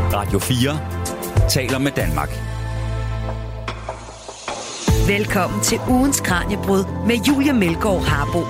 Radio 4 taler med Danmark. Velkommen til ugens Kraniebrud med Julie Melgaard Harbo.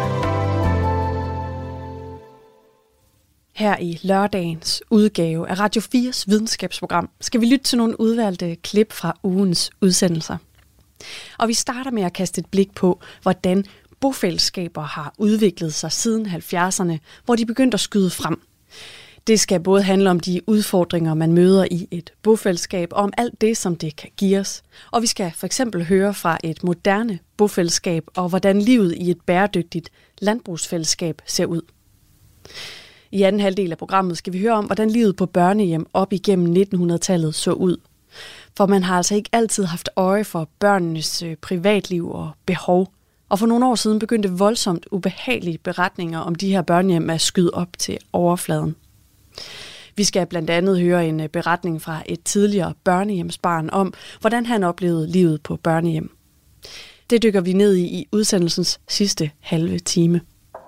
Her i lørdagens udgave af Radio 4's videnskabsprogram skal vi lytte til nogle udvalgte klip fra ugens udsendelser. Og vi starter med at kaste et blik på, hvordan bofællesskaber har udviklet sig siden 70'erne, hvor de begyndte at skyde frem. Det skal både handle om de udfordringer, man møder i et bofællesskab, og om alt det, som det kan give os. Og vi skal for eksempel høre fra et moderne bofællesskab, og hvordan livet i et bæredygtigt landbrugsfællesskab ser ud. I anden halvdel af programmet skal vi høre om, hvordan livet på børnehjem op igennem 1900-tallet så ud. For man har altså ikke altid haft øje for børnenes privatliv og behov. Og for nogle år siden begyndte voldsomt ubehagelige beretninger om de her børnehjem at skyde op til overfladen. Vi skal blandt andet høre en beretning fra et tidligere børnehjemsbarn om, hvordan han oplevede livet på børnehjem. Det dykker vi ned i udsendelsens sidste halve time.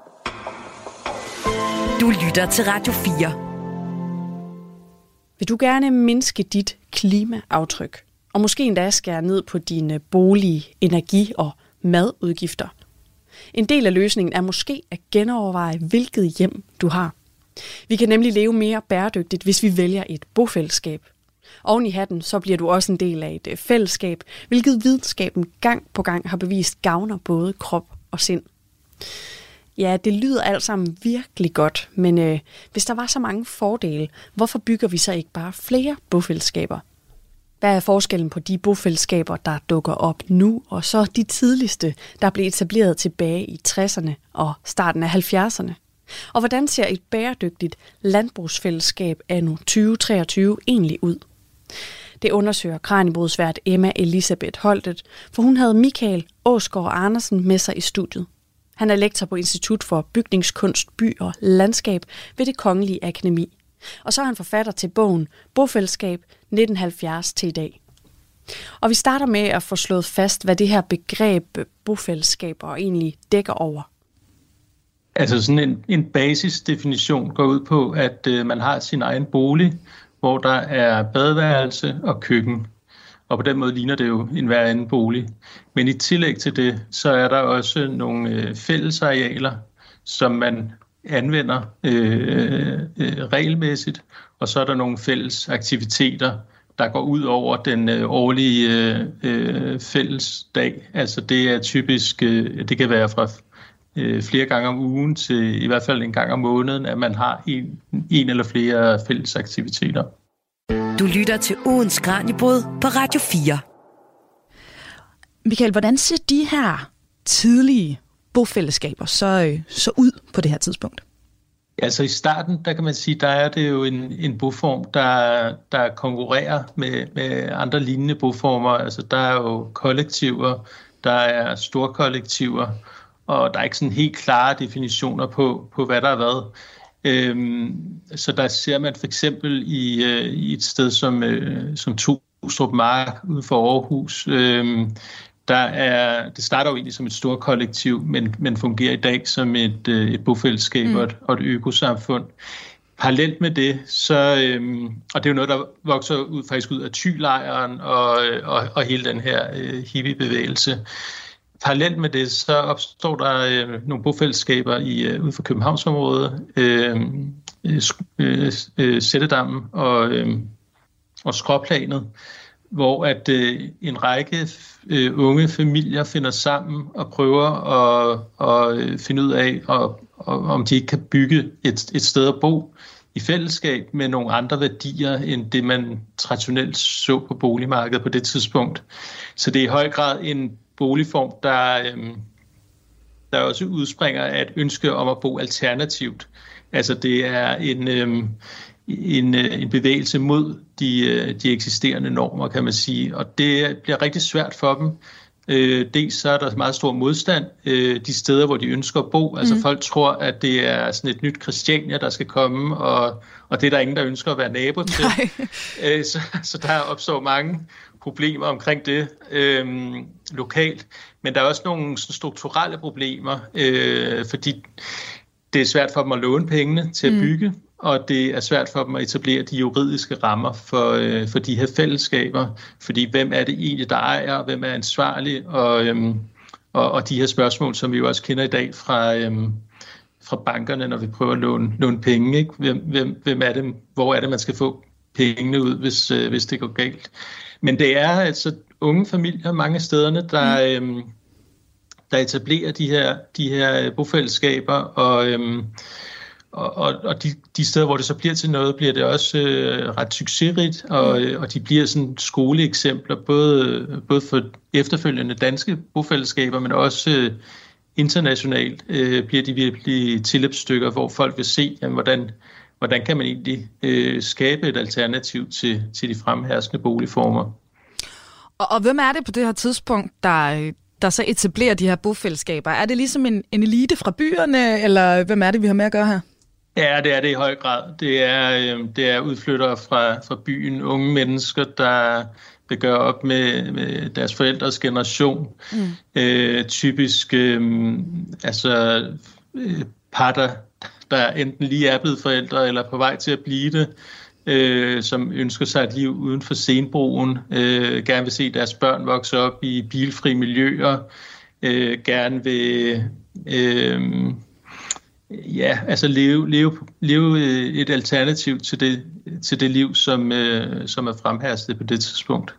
Du lytter til Radio 4. Vil du gerne mindske dit klimaaftryk, og måske endda skære ned på dine bolig-, energi- og madudgifter? En del af løsningen er måske at genoverveje, hvilket hjem du har. Vi kan nemlig leve mere bæredygtigt, hvis vi vælger et bofællesskab. Oven i hatten, så bliver du også en del af et fællesskab, hvilket videnskaben gang på gang har bevist gavner både krop og sind. Ja, det lyder alt sammen virkelig godt, men hvis der var så mange fordele, hvorfor bygger vi så ikke bare flere bofællesskaber? Hvad er forskellen på de bofællesskaber, der dukker op nu, og så de tidligste, der blev etableret tilbage i 60'erne og starten af 70'erne? Og hvordan ser et bæredygtigt landbrugsfællesskab anno 2023 egentlig ud? Det undersøger kraniebrudsvært Emma Elisabeth Holtet, for hun havde Michael Aasgaard Andersen med sig i studiet. Han er lektor på Institut for Bygningskunst, By og Landskab ved Det Kongelige Akademi. Og så er han forfatter til bogen Bofællesskab 1970 til i dag. Og vi starter med at få slået fast, hvad det her begreb bofællesskaber egentlig dækker over. Altså sådan en basisdefinition går ud på, at man har sin egen bolig, hvor der er badeværelse og køkken. Og på den måde ligner det jo en hver anden bolig. Men i tillæg til det, så er der også nogle fællesarealer, som man anvender regelmæssigt. Og så er der nogle fælles aktiviteter, der går ud over den årlige fællesdag. Altså det er typisk, det kan være fra flere gange om ugen til i hvert fald en gang om måneden, at man har en eller flere fælles aktiviteter. Du lytter til ugens Kraniebrud på Radio 4. Michael, hvordan ser de her tidlige bofællesskaber så ud på det her tidspunkt? Altså i starten, der kan man sige, der er det jo en boform, der konkurrerer med andre lignende boformer. Altså der er jo kollektiver, der er storkollektiver, og der er ikke sådan helt klare definitioner på hvad der er hvad. Så der ser man for eksempel i et sted som Tustrup Mark ude for Aarhus, det starter jo egentlig som et stort kollektiv, men fungerer i dag som et bofællesskab og et økosamfund. Parallelt med det, og det er jo noget, der vokser faktisk ud af Thylejren og hele den her hippiebevægelse. Parallelt med det, så opstår der nogle bofællesskaber ude for Københavnsområdet, Sættedammen og Skråplanet, hvor at en række unge familier finder sammen og prøver at finde ud af, om de ikke kan bygge et sted at bo i fællesskab med nogle andre værdier, end det man traditionelt så på boligmarkedet på det tidspunkt. Så det er i høj grad en boligform, der også udspringer af et ønske om at bo alternativt. Altså det er en bevægelse mod de eksisterende normer, kan man sige. Og det bliver rigtig svært for dem. Dels så er der meget stor modstand de steder, hvor de ønsker at bo. Altså folk tror, at det er sådan et nyt Christiania, der skal komme, og det er der ingen, der ønsker at være nabo til. Så der opstår mange problemer omkring det lokalt. Men der er også nogle strukturelle problemer, fordi det er svært for dem at låne pengene til at bygge, og det er svært for dem at etablere de juridiske rammer for de her fællesskaber, fordi hvem er det egentlig, der ejer, hvem er ansvarlig, og de her spørgsmål, som vi jo også kender i dag fra bankerne, når vi prøver at låne penge, ikke? Hvem er det, hvor er det, man skal få pengene ud, hvis det går galt. Men det er altså unge familier mange stederne, der etablerer de her bofællesskaber, og de steder, hvor det så bliver til noget, bliver det også ret succesrigt, og de bliver sådan skoleeksempler, både for efterfølgende danske bofællesskaber, men også internationalt bliver de virkelig tilløbsstykker, hvor folk vil se, jamen, hvordan kan man egentlig skabe et alternativ til de fremherskende boligformer. Og hvem er det på det her tidspunkt, der så etablerer de her bofællesskaber? Er det ligesom en elite fra byerne, eller hvem er det, vi har med at gøre her? Ja, det er det i høj grad. Det er udflyttere fra byen, unge mennesker, der vil gøre op med deres forældres generation. Typisk par, der enten lige er blevet forældre, eller på vej til at blive det, som ønsker sig et liv uden for Stenbroen, gerne vil se deres børn vokse op i bilfri miljøer, gerne vil leve et alternativ til det liv, som er fremhersket på det tidspunkt.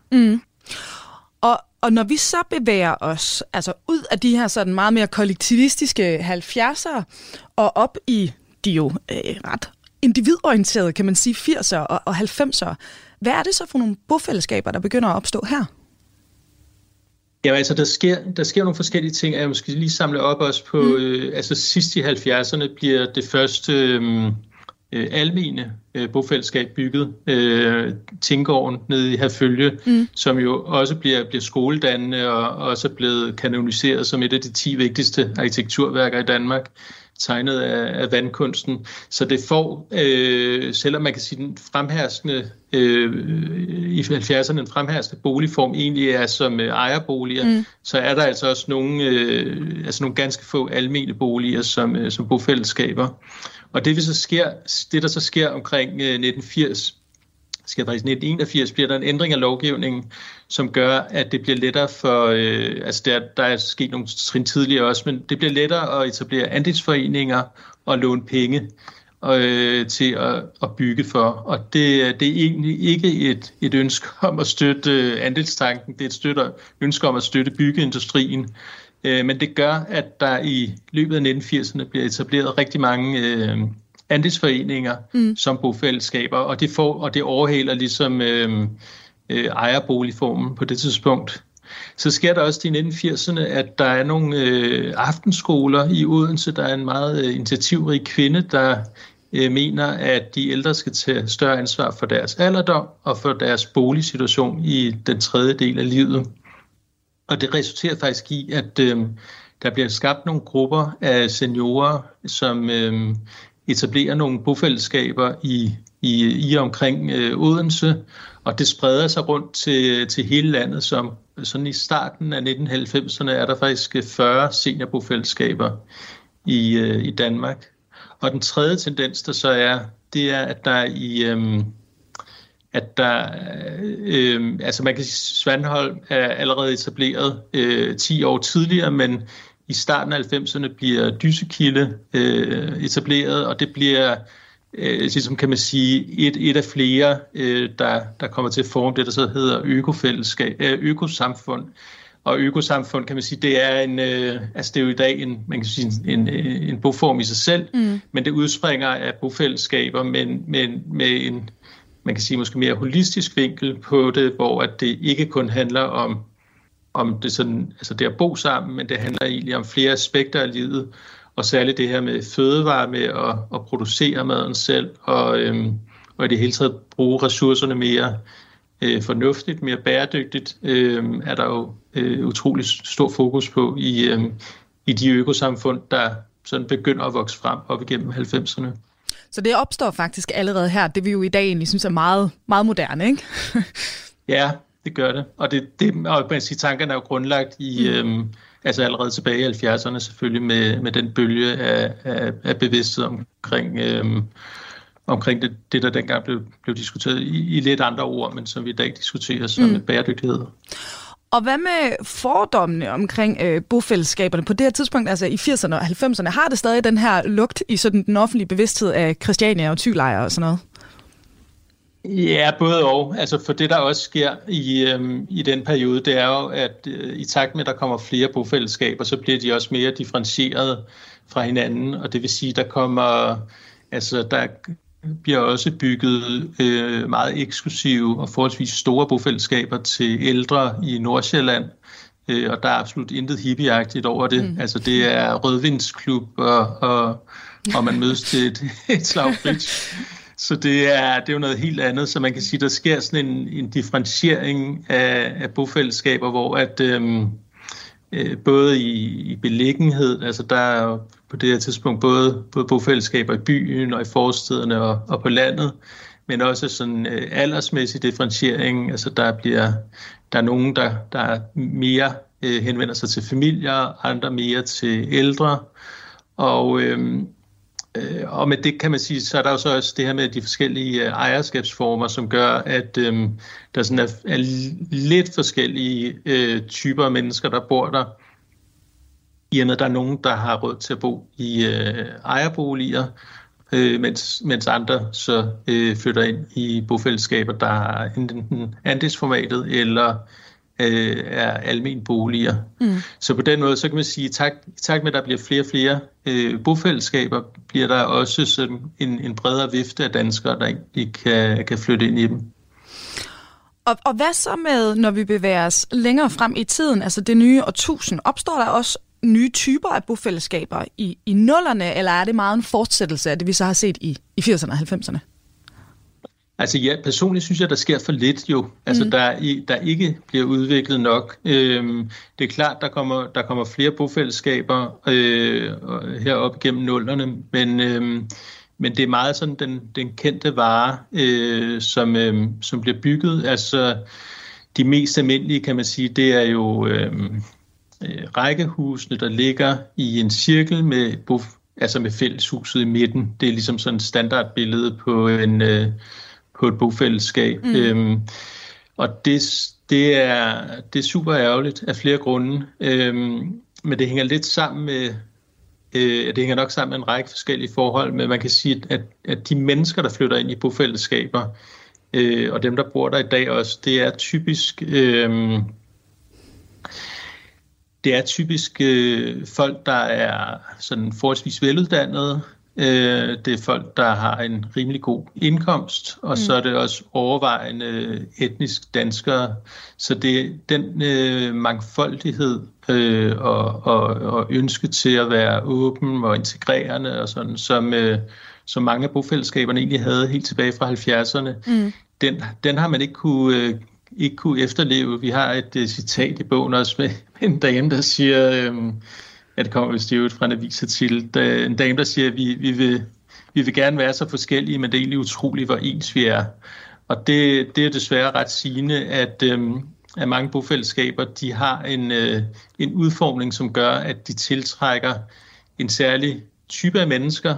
Og når vi så bevæger os altså ud af de her sådan meget mere kollektivistiske 70'ere og op i de jo ret individorienterede, kan man sige, 80'ere og 90'ere, hvad er det så for nogle bofællesskaber, der begynder at opstå her? Ja, altså der sker nogle forskellige ting. Jeg måske lige samle op også på, sidst i 70'erne bliver det første almene bofællesskab bygget, Tinggården nede i Herfølge, som jo også bliver skoledannende og også er blevet kanoniseret som et af de 10 vigtigste arkitekturværker i Danmark, tegnet af vandkunsten. Så det får, selvom man kan sige, den fremherskende i 70'erne, den fremherskende boligform egentlig er som ejerboliger, så er der altså også nogle ganske få almene boliger som bofællesskaber. Og det der så sker omkring 1981, bliver der en ændring af lovgivningen, som gør, at det bliver lettere for, der er sket nogle trin tidligere også, men det bliver lettere at etablere andelsforeninger og låne penge til at bygge for. Og det er egentlig ikke et ønske om at støtte andelstanken, det er et ønske om at støtte byggeindustrien. Men det gør, at der i løbet af 1980'erne bliver etableret rigtig mange andelsforeninger som bofællesskaber, og det overhaler ligesom ejerboligformen på det tidspunkt. Så sker der også i 1980'erne, at der er nogle aftenskoler i Odense. Der er en meget initiativrig kvinde, der mener, at de ældre skal tage større ansvar for deres alderdom og for deres boligsituation i den tredje del af livet. Og det resulterer faktisk i, at der bliver skabt nogle grupper af seniorer, som etablerer nogle bofællesskaber i omkring Odense, og det spreder sig rundt til hele landet, som sådan i starten af 1990'erne er der faktisk 40 seniorbofællesskaber i Danmark. Og den tredje tendens, der så er, det er, at man kan sige, Svanholm er allerede etableret 10 år tidligere, men i starten af 90'erne bliver Dyssekilde etableret, og det bliver, ligesom kan man sige, et af flere, der kommer til at forme det, der så hedder økosamfund. Og økosamfund, kan man sige, det er det er jo i dag en boform i sig selv, men det udspringer af bofællesskaber, men med en, man kan sige, måske mere holistisk vinkel på det, hvor at det ikke kun handler om det sådan, altså det at bo sammen, men det handler egentlig om flere aspekter af livet, og særligt det her med fødevare, med at producere maden selv, og i det hele taget bruge ressourcerne mere fornuftigt, mere bæredygtigt, er der jo utrolig stor fokus på i de økosamfund, der sådan begynder at vokse frem op igennem 90'erne. Så det opstår faktisk allerede her, det vi jo i dag egentlig synes er meget, meget moderne, ikke? Ja, det gør det. Og og man siger, tankerne er jo grundlagt i allerede tilbage i 70'erne selvfølgelig med den bølge af bevidsthed omkring omkring det der dengang blev diskuteret i lidt andre ord, men som vi i dag diskuterer som bæredygtighed. Og hvad med fordommene omkring bofællesskaberne på det her tidspunkt, altså i 80'erne og 90'erne, har det stadig den her lugt i sådan den offentlige bevidsthed af Christiania og Thylejre og sådan noget? Ja, både og. Altså for det, der også sker i den periode, det er jo, at i takt med, at der kommer flere bofællesskaber, så bliver de også mere differentieret fra hinanden, og det vil sige, der bliver også bygget meget eksklusive og forholdsvis store bofællesskaber til ældre i Nordsjælland, og der er absolut intet hippieagtigt over det. Altså det er rødvinsklub, og man mødes til et slag bridge. Så det er jo noget helt andet, så man kan sige, der sker sådan en differentiering af bofællesskaber, hvor at både i beliggenhed, altså der er jo på det her tidspunkt både bofællesskaber i byen og i forstederne og på landet, men også sådan aldersmæssig differentiering, altså der er nogen, der mere henvender sig til familier, andre mere til ældre, og med det kan man sige, så er der jo så også det her med de forskellige ejerskabsformer, som gør, at der sådan er lidt forskellige typer af mennesker, der bor der. I og med, der er nogen, der har råd til at bo i ejerboliger, mens andre så flytter ind i bofællesskaber, der er enten andelsformatet eller er almene boliger. Så på den måde, så kan man sige, i takt med, at der bliver flere og flere bofællesskaber, bliver der også sådan en bredere vifte af danskere, der egentlig kan flytte ind i dem. Og hvad så med, når vi bevæger os længere frem i tiden, altså det nye årtusind, opstår der også nye typer af bofællesskaber i nullerne, eller er det meget en fortsættelse af det, vi så har set i 80'erne og 90'erne? Altså ja, personligt synes jeg, der sker for lidt jo. Altså der ikke bliver udviklet nok. Det er klart, der kommer flere bofællesskaber heroppe gennem nullerne, men det er meget sådan den kendte vare, som bliver bygget. Altså de mest almindelige, kan man sige, det er jo rækkehusene, der ligger i en cirkel med fælleshuset i midten. Det er ligesom sådan et standardbillede på et bofællesskab. Og det er super ærgerligt af flere grunde, men det hænger lidt sammen med en række forskellige forhold, men man kan sige, at de mennesker, der flytter ind i bofællesskaber, og dem, der bor der i dag også, det er typisk folk, der er sådan forholdsvis veluddannede. Det er folk, der har en rimelig god indkomst, og så er det også overvejende etnisk danskere. Så det er den mangfoldighed og ønske til at være åben og integrerende, og sådan, som mange af bofællesskaberne egentlig havde helt tilbage fra 70'erne. Den har man ikke kunne efterleve. Vi har et citat i bogen også med en dame, der siger... det kommer vist jo fra en avisartikel. En dame, der siger, at vi vil gerne være så forskellige, men det er egentlig utroligt, hvor ens vi er. Og det er desværre ret sigende, at mange bofællesskaber, de har en udformning, som gør, at de tiltrækker en særlig type af mennesker,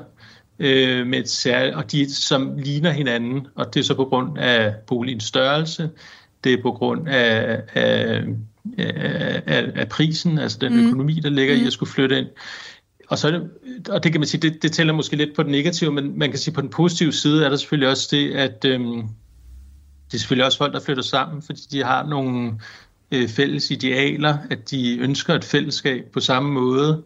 og de som ligner hinanden. Og det er så på grund af boligens størrelse, det er på grund af prisen, altså den økonomi, der ligger i at skulle flytte ind. Og det kan man sige, det tæller måske lidt på den negative, men man kan sige, på den positive side er der selvfølgelig også det, at det er selvfølgelig også folk, der flytter sammen, fordi de har nogle fælles idealer, at de ønsker et fællesskab på samme måde.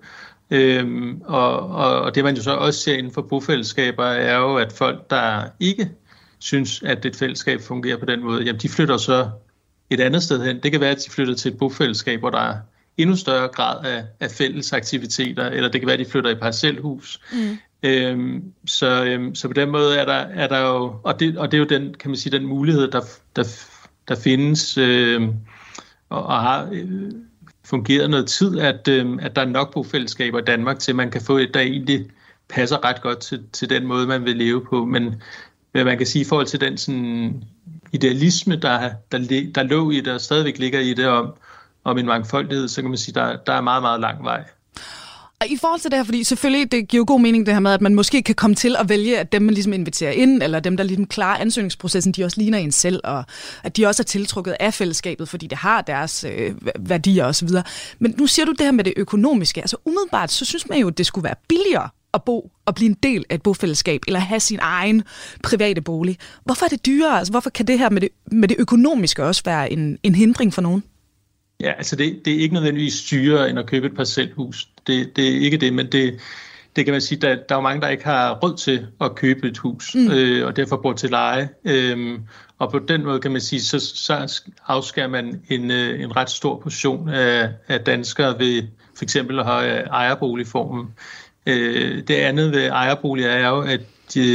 Og det man jo så også ser inden for bofællesskaber, er jo, at folk, der ikke synes, at et fællesskab fungerer på den måde, jamen de flytter så et andet sted hen. Det kan være, at de flytter til et bofællesskab, hvor der er endnu større grad af fælles aktiviteter, eller det kan være, at de flytter i parcelhus. Så på den måde er der jo, og det er jo den, kan man sige, den mulighed, der findes, og har fungeret noget tid, at der er nok bofællesskaber i Danmark til, at man kan få et, der egentlig passer ret godt til den måde, man vil leve på. Men man kan sige, i forhold til den sådan idealisme, der lå i det, og stadigvæk ligger i det om en mangfoldighed, så kan man sige, der er meget, meget lang vej. Og i forhold til det her, fordi selvfølgelig, det giver jo god mening det her med, at man måske kan komme til at vælge, at dem, man ligesom inviterer ind, eller dem, der ligesom klarer ansøgningsprocessen, de også ligner en selv, og at de også er tiltrukket af fællesskabet, fordi det har deres værdier osv. Men nu siger du det her med det økonomiske. Altså umiddelbart, så synes man jo, at det skulle være billigere at bo og blive en del af et bofællesskab, eller have sin egen private bolig. Hvorfor er det dyrere? Altså, hvorfor kan det her med det økonomiske også være en hindring for nogen? Ja, altså det er ikke nødvendigvis dyrere end at købe et parcelhus. Det er ikke det, men det kan man sige, der er jo mange, der ikke har råd til at købe et hus, og derfor bor til leje. Og på den måde kan man sige, så afskærer man en ret stor portion af danskere ved for eksempel at have ejerboligformen. Det andet ved ejerboliger er jo, at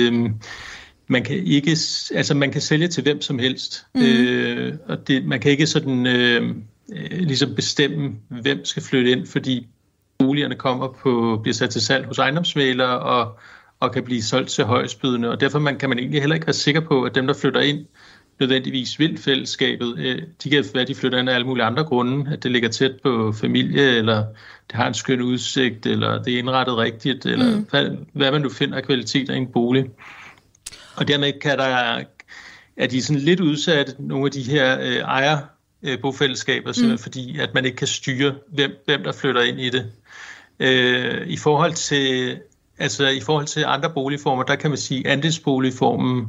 man kan sælge til hvem som helst, og man kan ikke sådan ligesom bestemme, hvem skal flytte ind, fordi boligerne bliver sat til salg hos ejendomsmæglere og kan blive solgt til højestbydende, og derfor kan man egentlig heller ikke være sikker på, at dem, der flytter ind, nødvendigvis vil fællesskabet. De kan være, de flytter ind af alle mulige andre grunde, at det ligger tæt på familie, eller det har en skøn udsigt, eller det er indrettet rigtigt, eller hvad man nu finder af kvaliteter i en bolig. Og dermed er de sådan lidt udsatte, nogle af de her bofællesskaber, simpelthen fordi, at man ikke kan styre, hvem der flytter ind i det. I forhold til andre boligformer, der kan man sige, at andelsboligformen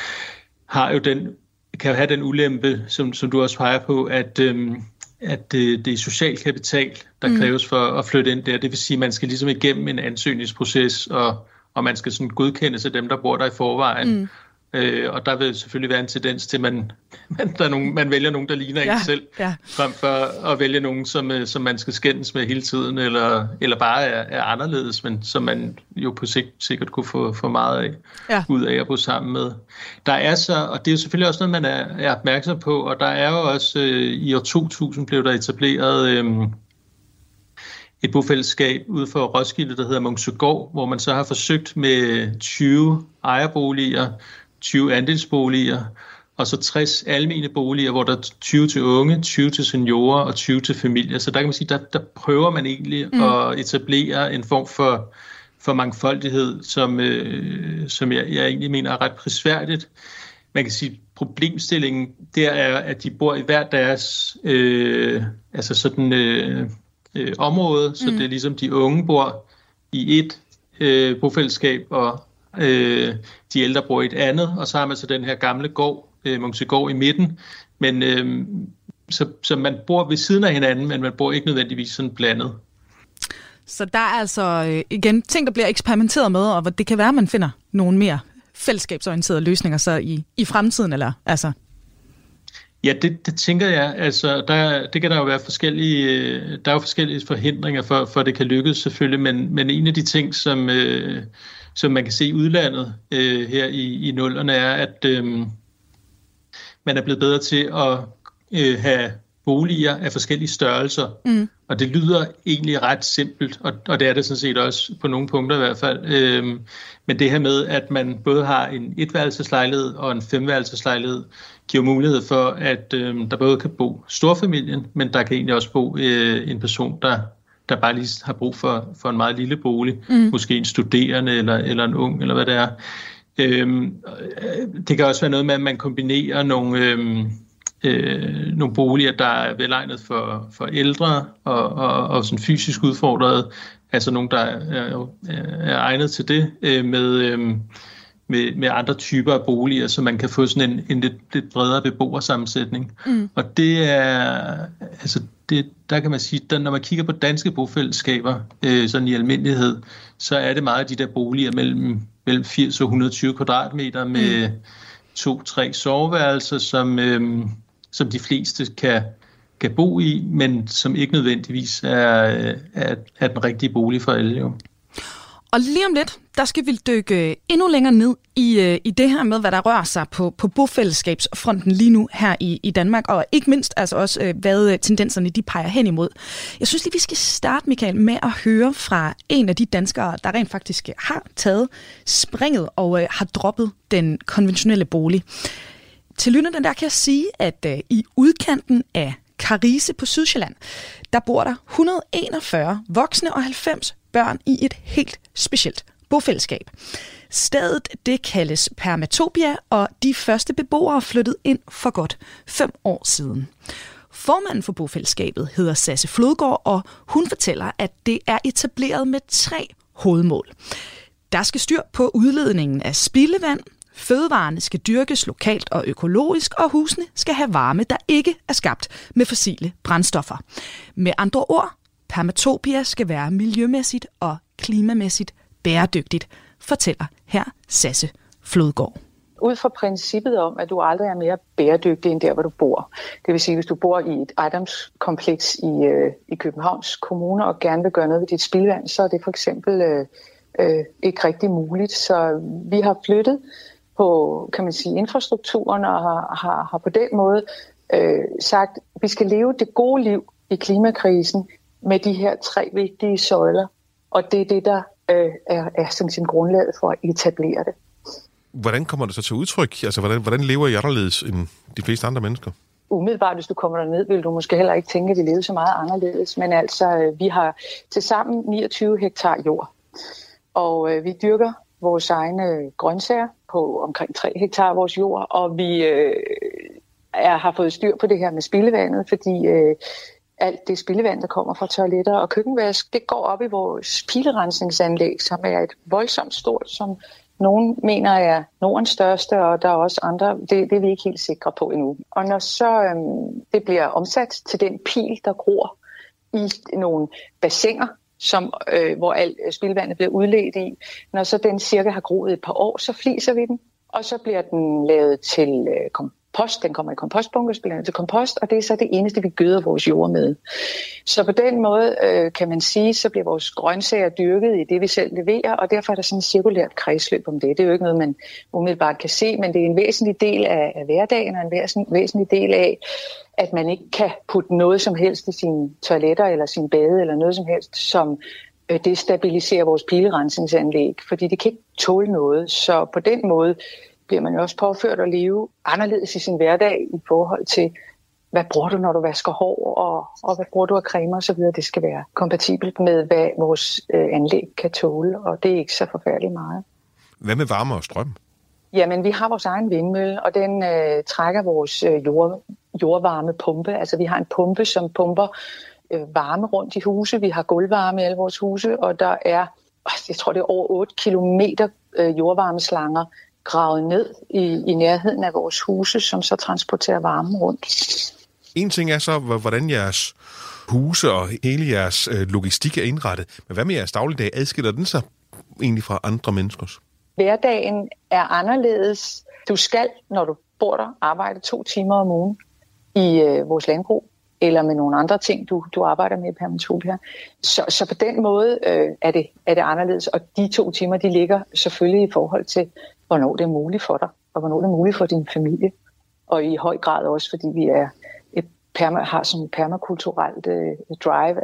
kan have den ulempe, som du også peger på, at det er social kapital, der kræves for at flytte ind der. Det vil sige, at man skal ligesom igennem en ansøgningsproces, og man skal sådan godkendes af dem, der bor der i forvejen. Og der vil selvfølgelig være en tendens til, at man vælger nogen, der ligner en selv, frem for at vælge nogen, som man skal skændes med hele tiden, eller bare er anderledes, men som man jo på sigt sikkert kunne få meget ud af at bo sammen med. Der er så, og det er jo selvfølgelig også noget, man er opmærksom på, og der er jo også i år 2000 blev der etableret et bofællesskab ude for Roskilde, der hedder Munksøgård, hvor man så har forsøgt med 20 ejerboliger, 20 andelsboliger, og så 60 almene boliger, hvor der er 20 til unge, 20 til seniorer og 20 til familier. Så der kan man sige, der prøver man egentlig at etablere en form for mangfoldighed, som jeg egentlig mener er ret prisværdigt. Man kan sige, problemstillingen der er, at de bor i hver deres område, så det er ligesom de unge bor i et bofællesskab, og de ældre bor i et andet, og så har man så den her gamle gård, Munksøgård i midten, men så man bor ved siden af hinanden, men man bor ikke nødvendigvis sådan blandet. Så der er altså igen ting, der bliver eksperimenteret med, og det kan være, at man finder nogle mere fællesskabsorienterede løsninger så i fremtiden, eller altså? Ja, det tænker jeg. Altså, det kan der jo være forskellige, der er jo forskellige forhindringer for at det kan lykkes selvfølgelig, men en af de ting, som man kan se i udlandet her i nullerne, er, at man er blevet bedre til at have boliger af forskellige størrelser. Og det lyder egentlig ret simpelt, og det er det sådan set også på nogle punkter i hvert fald. Men det her med, at man både har en etværelseslejlighed og en femværelseslejlighed, giver mulighed for, at der både kan bo storfamilien, men der kan egentlig også bo en person, der bare lige har brug for en meget lille bolig. Måske en studerende eller en ung, eller hvad det er. Det kan også være noget med, at man kombinerer nogle boliger, der er velegnet for ældre og sådan fysisk udfordrede, altså nogle, der er egnet til det, med andre typer af boliger, så man kan få sådan en lidt bredere beboersammensætning. Og det er, altså der kan man sige, at når man kigger på danske bofællesskaber, sådan i almindelighed, så er det meget af de der boliger mellem 80 og 120 kvadratmeter med 2-3 soveværelser, som de fleste kan bo i, men som ikke nødvendigvis er den rigtige bolig for alle. Jo. Og lige om lidt, der skal vi dykke endnu længere ned i det her med, hvad der rører sig på bofællesskabsfronten lige nu her i Danmark, og ikke mindst altså også, hvad tendenserne de peger hen imod. Jeg synes lige, vi skal starte, Michael, med at høre fra en af de danskere, der rent faktisk har taget springet og har droppet den konventionelle bolig. Til lytterne der kan jeg sige, at i udkanten af Karise på Sydsjælland, der bor der 141 voksne og 90 børn i et helt specielt bofællesskab. Stedet det kaldes Permatopia, og de første beboere flyttede ind for godt 5 år siden. Formanden for bofællesskabet hedder Sasse Flodgaard, og hun fortæller, at det er etableret med 3 hovedmål. Der skal styr på udledningen af spildevand, fødevarene skal dyrkes lokalt og økologisk, og husene skal have varme, der ikke er skabt med fossile brændstoffer. Med andre ord, Permatopia skal være miljømæssigt og klimamæssigt bæredygtigt, fortæller her Sasse Flodgaard. Ud fra princippet om, at du aldrig er mere bæredygtig end der, hvor du bor. Det vil sige, hvis du bor i et ejendomskompleks i Københavns Kommune og gerne vil gøre noget ved dit spildevand, så er det for eksempel ikke rigtig muligt. Så vi har flyttet på, kan man sige, infrastrukturen og har på den måde sagt, at vi skal leve det gode liv i klimakrisen med de her 3 vigtige søjler. Og det er det, der er sådan sin grundlaget for at etablere det. Hvordan kommer det så til udtryk? Altså, hvordan lever I anderledes end de fleste andre mennesker? Umiddelbart, hvis du kommer derned, vil du måske heller ikke tænke, at de lever så meget anderledes. Men altså, vi har tilsammen 29 hektar jord. Og vi dyrker vores egne grøntsager på omkring 3 hektar af vores jord. Og vi har fået styr på det her med spildevandet, fordi alt det spildevand, der kommer fra toiletter og køkkenvask, det går op i vores pilerensningsanlæg, som er et voldsomt stort, som nogen mener er Nordens største, og der er også andre, det er vi ikke helt sikre på endnu. Og når så det bliver omsat til den pil, der gror i nogle bassiner, hvor alt spildevandet bliver udledt i, når så den cirka har groet et par år, så fliser vi den, og så bliver den lavet til kompost. Den kommer i kompostbunker, så bliver den til kompost, og det er så det eneste, vi gøder vores jord med. Så på den måde kan man sige, så bliver vores grøntsager dyrket i det, vi selv leverer, og derfor er der sådan et cirkulært kredsløb om det. Det er jo ikke noget, man umiddelbart kan se, men det er en væsentlig del af hverdagen, og en væsentlig del af, at man ikke kan putte noget som helst i sine toiletter, eller sin bade, eller noget som helst, som destabiliserer vores pilerensningsanlæg, fordi det kan ikke tåle noget. Så på den måde bliver man jo også påført at leve anderledes i sin hverdag i forhold til, hvad bruger du, når du vasker hår, og hvad bruger du af cremer og så videre. Det skal være kompatibelt med, hvad vores anlæg kan tåle, og det er ikke så forfærdeligt meget. Hvad med varme og strøm? Jamen, vi har vores egen vindmølle, og den trækker vores jordvarmepumpe. Altså, vi har en pumpe, som pumper varme rundt i huse. Vi har gulvvarme i alle vores huse, og der er, jeg tror, det er over 8 kilometer jordvarmeslanger gravet ned i nærheden af vores huse, som så transporterer varmen rundt. En ting er så, hvordan jeres huse og hele jeres logistik er indrettet. Men hvad med jeres dagligdag? Adskiller den sig egentlig fra andre menneskers? Hverdagen er anderledes. Du skal, når du bor der, arbejde 2 timer om ugen i vores landbrug, eller med nogle andre ting, du arbejder med i Permatopia. Så på den måde er det anderledes, og de 2 timer, de ligger selvfølgelig i forhold til, hvornår det er muligt for dig, og hvornår det er muligt for din familie. Og i høj grad også, fordi vi har sådan et permakulturelt drive,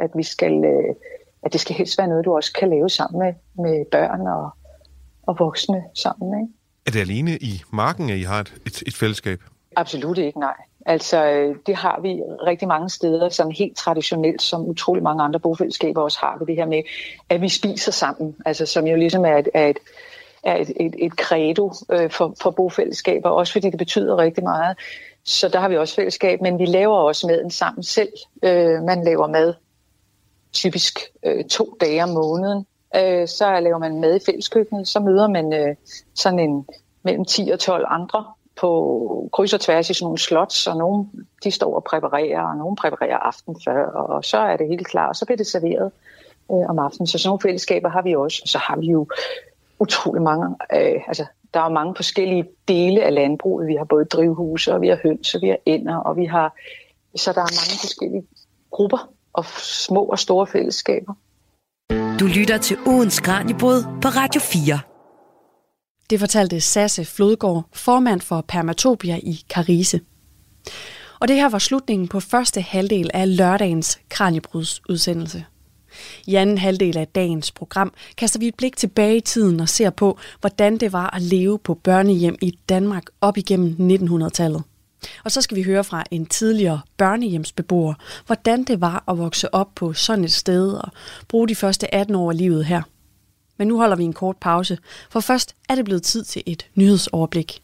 at det skal helst være noget, du også kan lave sammen med børn og voksne sammen. Ikke? Er det alene i marken, at I har et fællesskab? Absolut ikke, nej. Altså, det har vi rigtig mange steder, sådan helt traditionelt, som utrolig mange andre bofællesskaber også har det her med, at vi spiser sammen, altså som jo ligesom er et credo for bofællesskaber, også fordi det betyder rigtig meget. Så der har vi også fællesskab, men vi laver også maden sammen selv. Man laver mad typisk 2 dage om måneden. Så laver man mad i fælleskøkkenet, så møder man sådan mellem 10 og 12 andre på kryds og tværs i sådan nogle slots, og nogle de står og præparerer, og nogle præparerer aften før, og så er det helt klar, og så bliver det serveret om aftenen. Så sådan nogle fællesskaber har vi også, og så har vi jo utrolig mange, der er mange forskellige dele af landbruget. Vi har både drivhuse, og vi har høns, og vi har ænder, og så der er mange forskellige grupper og små og store fællesskaber. Du lytter til ugens Kraniebrud på Radio 4. Det fortalte Sasse Flodgaard, formand for Permatopia i Karise. Og det her var slutningen på første halvdel af lørdagens Kraniebrudsudsendelse. I anden halvdel af dagens program kaster vi et blik tilbage i tiden og ser på, hvordan det var at leve på børnehjem i Danmark op igennem 1900-tallet. Og så skal vi høre fra en tidligere børnehjemsbeboer, hvordan det var at vokse op på sådan et sted og bruge de første 18 år af livet her. Men nu holder vi en kort pause, for først er det blevet tid til et nyhedsoverblik.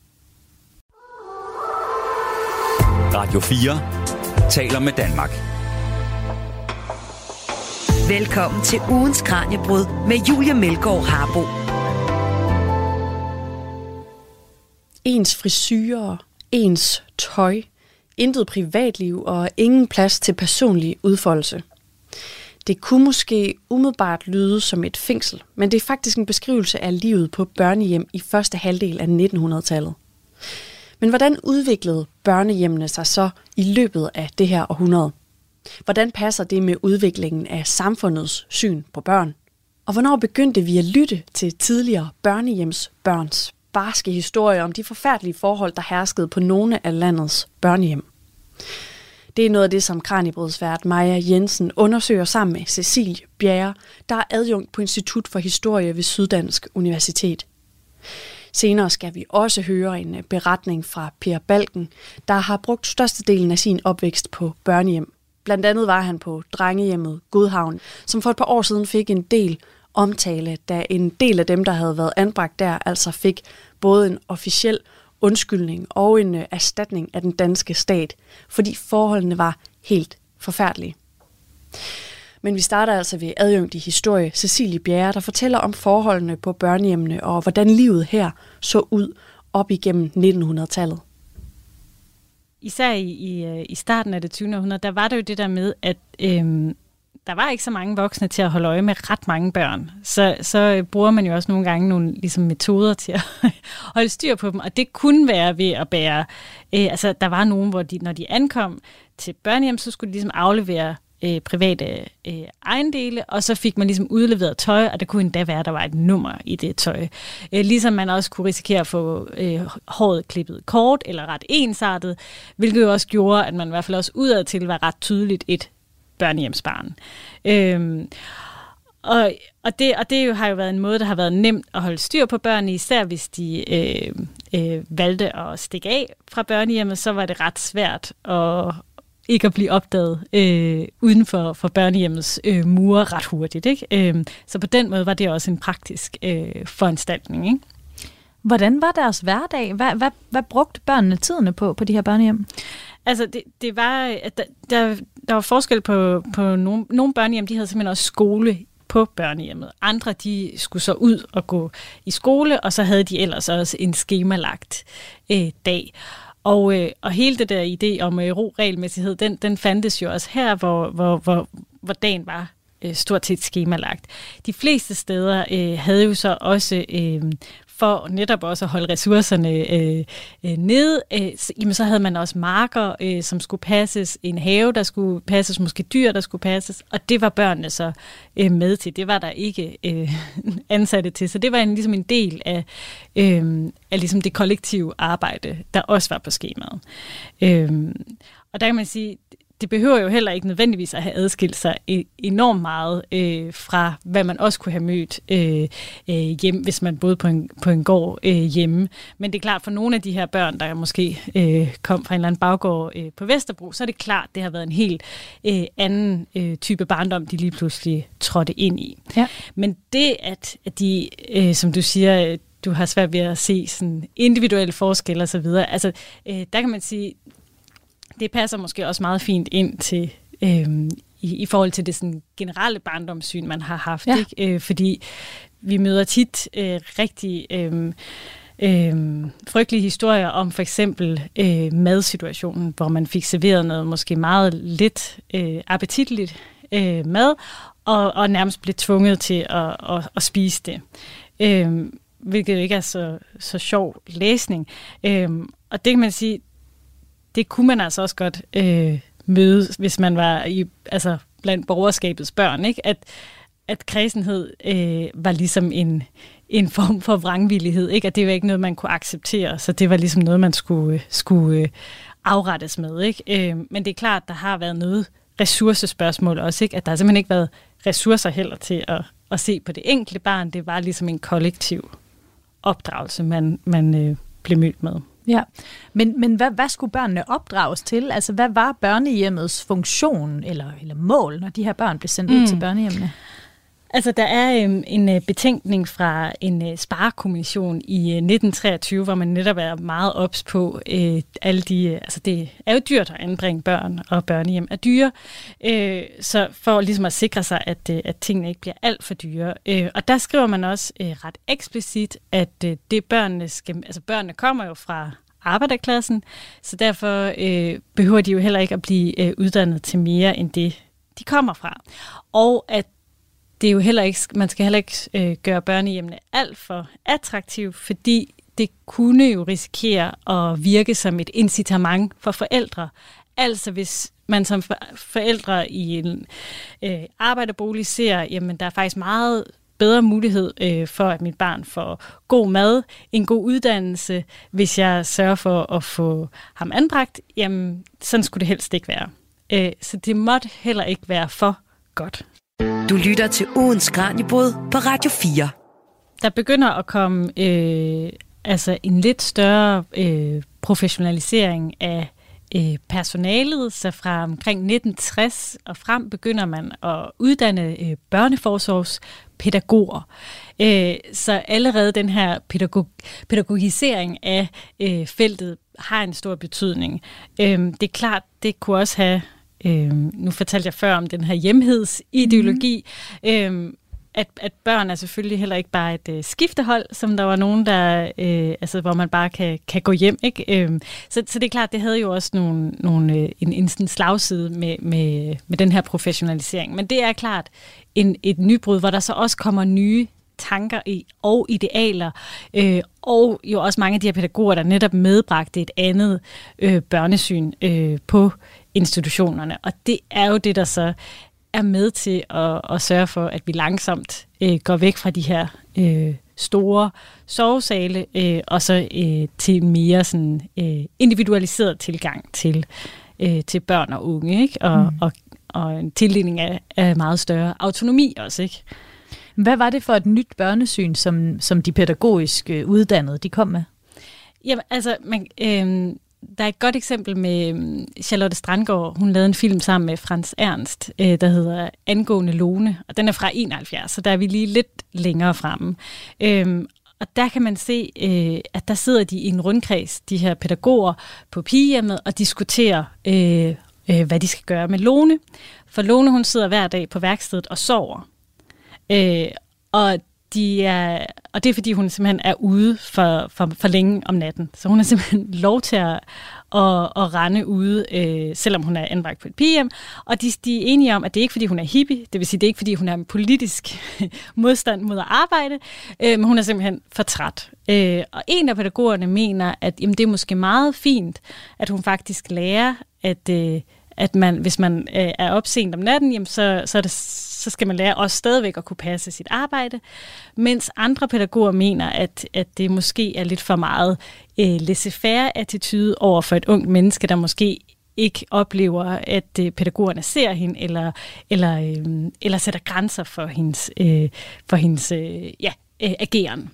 Radio 4 taler med Danmark. Velkommen til ugens Kraniebrud med Julie Melgaard Harbo. Ens frisyrer, ens tøj, intet privatliv og ingen plads til personlig udfoldelse. Det kunne måske umiddelbart lyde som et fængsel, men det er faktisk en beskrivelse af livet på børnehjem i første halvdel af 1900-tallet. Men hvordan udviklede børnehjemmene sig så i løbet af det her århundrede? Hvordan passer det med udviklingen af samfundets syn på børn? Og hvornår begyndte vi at lytte til tidligere børnehjemsbørns barske historier om de forfærdelige forhold, der herskede på nogle af landets børnehjem? Det er noget af det, som Kranjebrudsvært Maja Jensen undersøger sammen med Cecilie Bjerre, der er adjunkt på Institut for Historie ved Syddansk Universitet. Senere skal vi også høre en beretning fra Per Balken, der har brugt størstedelen af sin opvækst på børnehjem. Blandt andet var han på drengehjemmet Godhavn, som for et par år siden fik en del omtale, da en del af dem, der havde været anbragt der, altså fik både en officiel undskyldning og en erstatning af den danske stat, fordi forholdene var helt forfærdelige. Men vi starter altså ved adjunkt i historie Cecilie Bjerre, der fortæller om forholdene på børnehjemmene og hvordan livet her så ud op igennem 1900-tallet. Især i starten af det 20. århundrede, der var det jo det der med, at der var ikke så mange voksne til at holde øje med ret mange børn. Så bruger man jo også nogle gange nogle ligesom, metoder til at holde styr på dem, og det kunne være ved at bære. Altså, der var nogen, hvor når de ankom til børnehjem, så skulle de ligesom aflevere private ejendele, og så fik man ligesom udleveret tøj, og det kunne endda være, at der var et nummer i det tøj. Ligesom man også kunne risikere at få håret klippet kort eller ret ensartet, hvilket jo også gjorde, at man i hvert fald også udadtil var ret tydeligt et børnehjemsbarn. Og det jo har jo været en måde, der har været nemt at holde styr på børnene, især hvis de valgte at stikke af fra børnehjemmet, så var det ret svært ikke at blive opdaget uden for børnehjemmets mure ret hurtigt. Ikke? Så på den måde var det også en praktisk foranstaltning. Ikke? Hvordan var deres hverdag? Hvad brugte børnene tiderne på de her børnehjem? Altså, det var, at der var forskel på nogle børnehjem, de havde simpelthen også skole på børnehjemmet. Andre, de skulle så ud og gå i skole, og så havde de ellers også en skemalagt dag. Og hele det der idé om regelmæssighed, den fandtes jo også her, hvor dagen var stort set skemalagt. De fleste steder havde jo så også, for netop også at holde ressourcerne nede, jamen så havde man også marker, som skulle passes, en have, der skulle passes, måske dyr, der skulle passes, og det var børnene så med til. Det var der ikke ansatte til, så det var ligesom en del af ligesom det kollektive arbejde, der også var på skemaet. Og der kan man sige, det behøver jo heller ikke nødvendigvis at have adskilt sig enormt meget fra, hvad man også kunne have mødt hjem, hvis man boede på en gård hjemme. Men det er klart, for nogle af de her børn, der måske kom fra en eller anden baggård på Vesterbro, så er det klart, det har været en helt anden type barndom, de lige pludselig trådte ind i. Ja. Men det, at de, som du siger, du har svært ved at se sådan individuelle forskelle osv., altså der kan man sige, det passer måske også meget fint ind til i forhold til det sådan generelle barndomssyn, man har haft. Ja. Ikke? Fordi vi møder tit rigtig frygtelige historier om for eksempel madsituationen, hvor man fik serveret noget måske meget lidt appetitligt mad, og nærmest blev tvunget til at spise det. Hvilket jo ikke er så sjov læsning. Og det kan man sige, det kunne man altså også godt møde, hvis man var blandt borgerskabets børn, ikke? At kræsenhed var ligesom en form for vrangvillighed, ikke? At det var ikke noget, man kunne acceptere, så det var ligesom noget, man skulle afrettes med, ikke? Men det er klart, der har været noget ressourcespørgsmål også, ikke? At der har simpelthen ikke været ressourcer heller til at se på det enkelte barn. Det var ligesom en kollektiv opdragelse, man blev mødt med. Ja, men hvad skulle børnene opdrages til? Altså, hvad var børnehjemmets funktion eller mål, når de her børn blev sendt ud til børnehjemmene? Altså, der er en betænkning fra en sparekommission i 1923, hvor man netop er meget ops på alle de... Altså, det er jo dyrt at anbringe børn, og børnehjem er dyre. Så for ligesom at sikre sig, at tingene ikke bliver alt for dyre. Og der skriver man også ret eksplicit, at det børnene skal... Altså, børnene kommer jo fra arbejderklassen, så derfor behøver de jo heller ikke at blive uddannet til mere end det, de kommer fra. Og at det er jo heller ikke, man skal heller ikke gøre børnehjemmene alt for attraktivt, fordi det kunne jo risikere at virke som et incitament for forældre. Altså hvis man som forældre i en arbejderbolig ser, jamen der er faktisk meget bedre mulighed for, at mit barn får god mad, en god uddannelse, hvis jeg sørger for at få ham anbragt, jamen sådan skulle det helst ikke være. Så det måtte heller ikke være for godt. Du lytter til ugens Kraniebrud på Radio 4. Der begynder at komme en lidt større professionalisering af personalet, så fra omkring 1960 og frem begynder man at uddanne børneforsorgspædagoger. Så allerede den her pædagogisering af feltet har en stor betydning. Det er klart, det kunne også have... nu fortalte jeg før om den her hjemhedsideologi, at børn er selvfølgelig heller ikke bare et skiftehold, som der var nogen, der, hvor man bare kan gå hjem. Ikke? Så det er klart, det havde jo også en slagside med den her professionalisering. Men det er klart et nybrud, hvor der så også kommer nye tanker og idealer, og jo også mange af de her pædagoger, der netop medbragte et andet børnesyn på institutionerne. Og det er jo det, der så er med til at sørge for, at vi langsomt går væk fra de her store sovesale, og så til en mere sådan, individualiseret tilgang til børn og unge, ikke? Og en tildeling af meget større autonomi også, ikke? Hvad var det for et nyt børnesyn, som de pædagogisk uddannede, de kom med? Jamen, altså, der er et godt eksempel med Charlotte Strandgaard. Hun lavede en film sammen med Frans Ernst, der hedder Angående Lone, og den er fra 71, så der er vi lige lidt længere fremme. Og der kan man se, at der sidder de i en rundkreds, de her pædagoger på pigehjemmet, og diskuterer, hvad de skal gøre med Lone. For Lone, hun sidder hver dag på værkstedet og sover. Og det er fordi, hun simpelthen er ude for længe om natten. Så hun har simpelthen lov til at rende ude, selvom hun er anbragt på et pigehjem. Og de er enige om, at det er ikke fordi, hun er hippie. Det vil sige, det er ikke fordi, hun har en politisk modstand mod at arbejde. Men hun er simpelthen for træt. Og en af pædagogerne mener, at jamen, det er måske meget fint, at hun faktisk lærer, at man, hvis man er op sent om natten, jamen, så skal man lære også stadigvæk at kunne passe sit arbejde. Mens andre pædagoger mener, at det måske er lidt for meget laissez-faire-attitude over for et ungt menneske, der måske ikke oplever, at pædagogerne ser hende, eller sætter grænser for hendes ageren.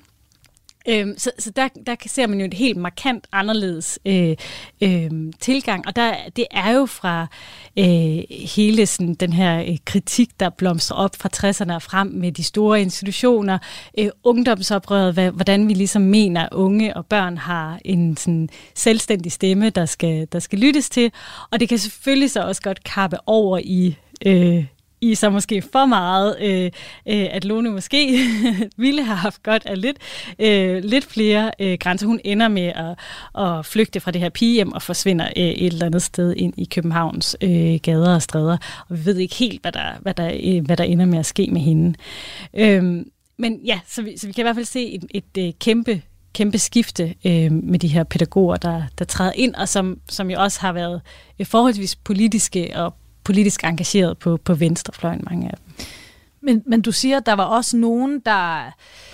Så der ser man jo et helt markant anderledes tilgang, og det er jo fra hele sådan, den her kritik, der blomstrer op fra 60'erne og frem med de store institutioner, ungdomsoprøret, hvordan vi ligesom mener, at unge og børn har en sådan selvstændig stemme, der skal lyttes til, og det kan selvfølgelig så også godt kappe over i så måske for meget, at Lone måske ville have haft godt af lidt flere grænser. Hun ender med at flygte fra det her pigehjem og forsvinder et eller andet sted ind i Københavns gader og stræder. Og vi ved ikke helt, hvad der ender med at ske med hende. Men ja, så vi kan i hvert fald se et kæmpe skifte med de her pædagoger, der træder ind, og som jo også har været forholdsvis politiske og politisk engageret på venstrefløjen, mange af dem. Men du siger, at der var også nogen, der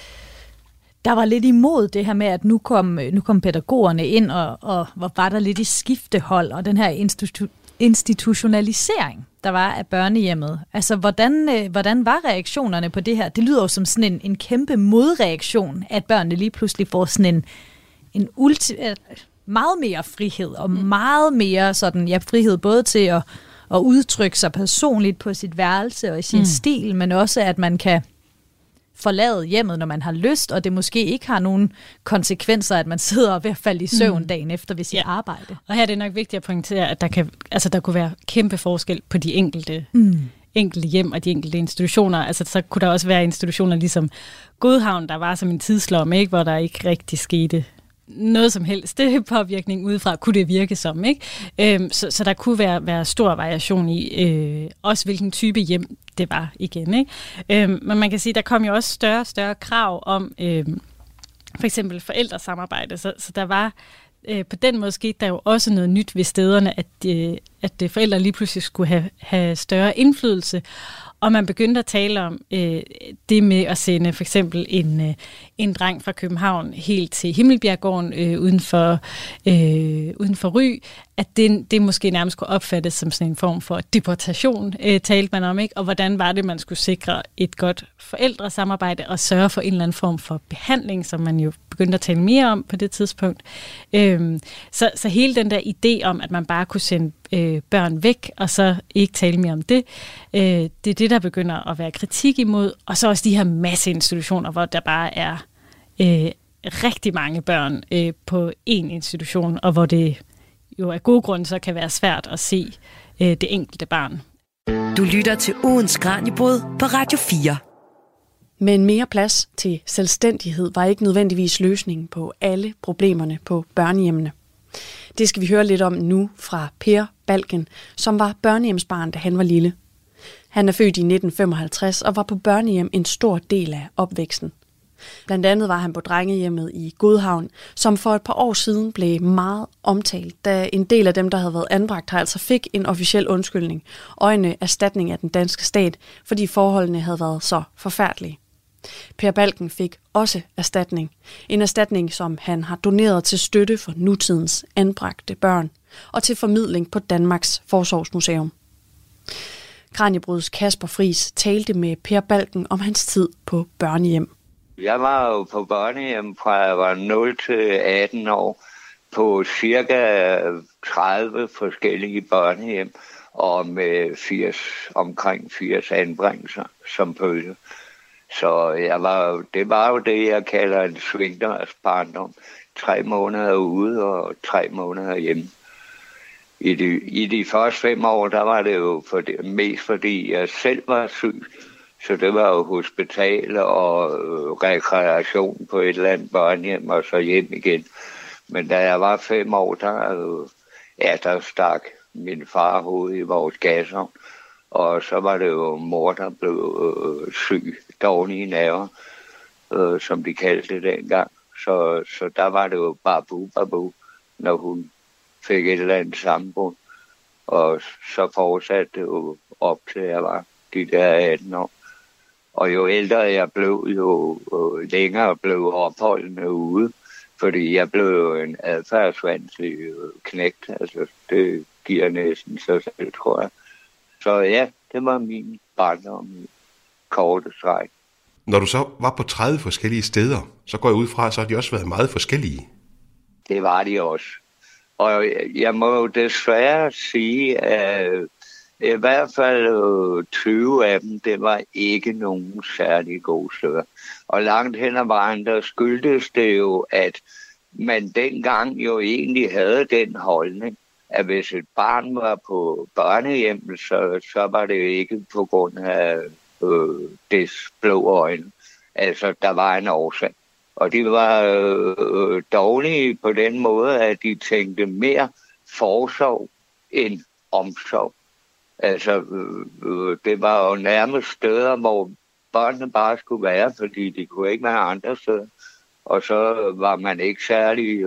var lidt imod det her med, at nu kom pædagogerne ind, og var der lidt i skiftehold, og den her institutionalisering, der var af børnehjemmet. Altså, hvordan var reaktionerne på det her? Det lyder jo som sådan en kæmpe modreaktion, at børnene lige pludselig får sådan meget mere frihed, og meget mere sådan, ja, frihed både til at udtrykke sig personligt på sit værelse og i sin stil, men også at man kan forlade hjemmet, når man har lyst, og det måske ikke har nogen konsekvenser, at man sidder ved at falde i søvn dagen efter ved sit arbejde. Og her er det nok vigtigt at pointere, at der kunne være kæmpe forskel på de enkelte hjem og de enkelte institutioner. Altså så kunne der også være institutioner ligesom Godhavn, der var som en tidslomme, ikke, hvor der ikke rigtig skete noget som helst. Det er påvirkning udefra, kunne det virke som, ikke? Så der kunne være stor variation i også hvilken type hjem det var igen, ikke? Men man kan sige, der kom jo også større og større krav om for eksempel forældresamarbejde, så der var på den måde skete der jo også noget nyt ved stederne, at forældre lige pludselig skulle have større indflydelse, og man begyndte at tale om det med at sende for eksempel en dreng fra København helt til Himmelbjerggården uden for Ry, at det måske nærmest kunne opfattes som sådan en form for deportation, talte man om, ikke? Og hvordan var det, man skulle sikre et godt forældresamarbejde og sørge for en eller anden form for behandling, som man jo begyndte at tale mere om på det tidspunkt. Så hele den der idé om, at man bare kunne sende børn væk, og så ikke tale mere om det, det er det, der begynder at være kritik imod. Og så også de her masseinstitutioner, hvor der bare er rigtig mange børn på én institution, og hvor det jo af gode grunde så kan være svært at se det enkelte barn. Du lytter til ugens Kraniebrud på Radio 4. Men mere plads til selvstændighed var ikke nødvendigvis løsningen på alle problemerne på børnehjemmene. Det skal vi høre lidt om nu fra Per Balken, som var børnehjemsbarn, da han var lille. Han er født i 1955 og var på børnehjem en stor del af opvæksten. Blandt andet var han på drengehjemmet i Godhavn, som for et par år siden blev meget omtalt, da en del af dem, der havde været anbragt her, altså fik en officiel undskyldning og en erstatning af den danske stat, fordi forholdene havde været så forfærdelige. Per Balken fik også erstatning. En erstatning, som han har doneret til støtte for nutidens anbragte børn og til formidling på Danmarks Forsorgsmuseum. Kraniebruds Kasper Friis talte med Per Balken om hans tid på børnehjem. Jeg var jo på børnehjem fra jeg var 0 til 18 år på cirka 30 forskellige børnehjem og med omkring 80 anbringelser som følge. Så det var jo det, jeg kalder en svingdørs barndom. 3 måneder ude og 3 måneder hjemme. I de første 5 år, der var det jo mest fordi jeg selv var syg. Så det var jo hospital og rekreation på et eller andet børnehjem og så hjem igen. Men da jeg var 5 år, der stak min far hovedet i vores gasovn. Og så var det jo mor, der blev syg, dårlige nerver, som de kaldte det dengang. Så der var det jo babu, når hun fik et eller andet sammenbrud. Og så fortsatte det jo op til jeg var de der 18 år. Og jo ældre jeg blev, jo længere blev opholdene ude. Fordi jeg blev jo en adfærdsvanskelig knægt. Altså, det giver næsten sig selv, tror jeg. Så ja, det var min barndom i korte træk. Når du så var på 30 forskellige steder, så går jeg ud fra, så har de også været meget forskellige. Det var de også. Og jeg må jo desværre sige, at i hvert fald 20 af dem, det var ikke nogen særlig gode steder. Og langt hen ad vejen, der skyldtes det jo, at man dengang jo egentlig havde den holdning, at hvis et barn var på børnehjem, så var det ikke på grund af dets blå øjne. Altså, der var en årsag. Og de var dårlige på den måde, at de tænkte mere forsorg end omsorg. Altså, det var jo nærmest steder, hvor børnene bare skulle være, fordi de kunne ikke være andre steder. Og så var man ikke særlig